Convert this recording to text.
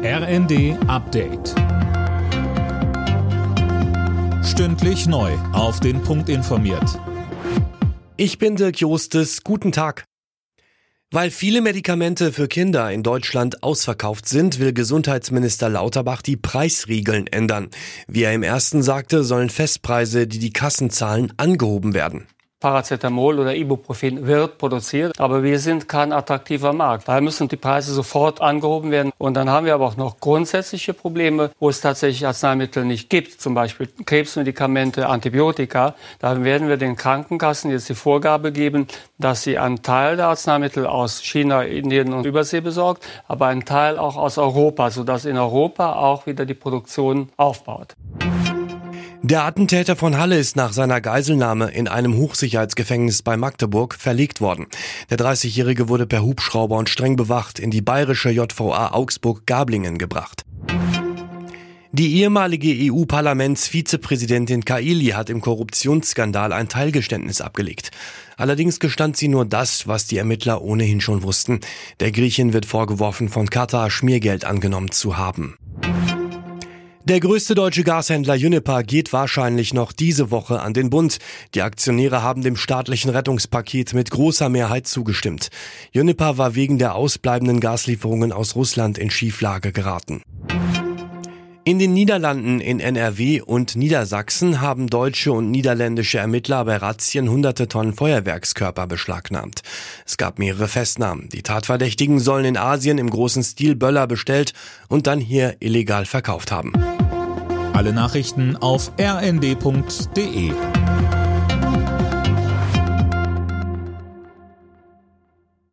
RND Update. Stündlich neu auf den Punkt informiert. Ich bin Dirk Jostes, guten Tag. Weil viele Medikamente für Kinder in Deutschland ausverkauft sind, will Gesundheitsminister Lauterbach die Preisregeln ändern. Wie er im ersten sagte, sollen Festpreise, die die Kassen zahlen, angehoben werden. Paracetamol oder Ibuprofen wird produziert, aber wir sind kein attraktiver Markt. Daher müssen die Preise sofort angehoben werden. Und dann haben wir aber auch noch grundsätzliche Probleme, wo es tatsächlich Arzneimittel nicht gibt, zum Beispiel Krebsmedikamente, Antibiotika. Da werden wir den Krankenkassen jetzt die Vorgabe geben, dass sie einen Teil der Arzneimittel aus China, Indien und Übersee besorgt, aber einen Teil auch aus Europa, sodass in Europa auch wieder die Produktion aufbaut. Der Attentäter von Halle ist nach seiner Geiselnahme in einem Hochsicherheitsgefängnis bei Magdeburg verlegt worden. Der 30-Jährige wurde per Hubschrauber und streng bewacht in die bayerische JVA Augsburg-Gablingen gebracht. Die ehemalige EU-Parlamentsvizepräsidentin Kaili hat im Korruptionsskandal ein Teilgeständnis abgelegt. Allerdings gestand sie nur das, was die Ermittler ohnehin schon wussten. Der Griechin wird vorgeworfen, von Katar Schmiergeld angenommen zu haben. Der größte deutsche Gashändler Uniper geht wahrscheinlich noch diese Woche an den Bund. Die Aktionäre haben dem staatlichen Rettungspaket mit großer Mehrheit zugestimmt. Uniper war wegen der ausbleibenden Gaslieferungen aus Russland in Schieflage geraten. In den Niederlanden, in NRW und Niedersachsen haben deutsche und niederländische Ermittler bei Razzien hunderte Tonnen Feuerwerkskörper beschlagnahmt. Es gab mehrere Festnahmen. Die Tatverdächtigen sollen in Asien im großen Stil Böller bestellt und dann hier illegal verkauft haben. Alle Nachrichten auf rnd.de.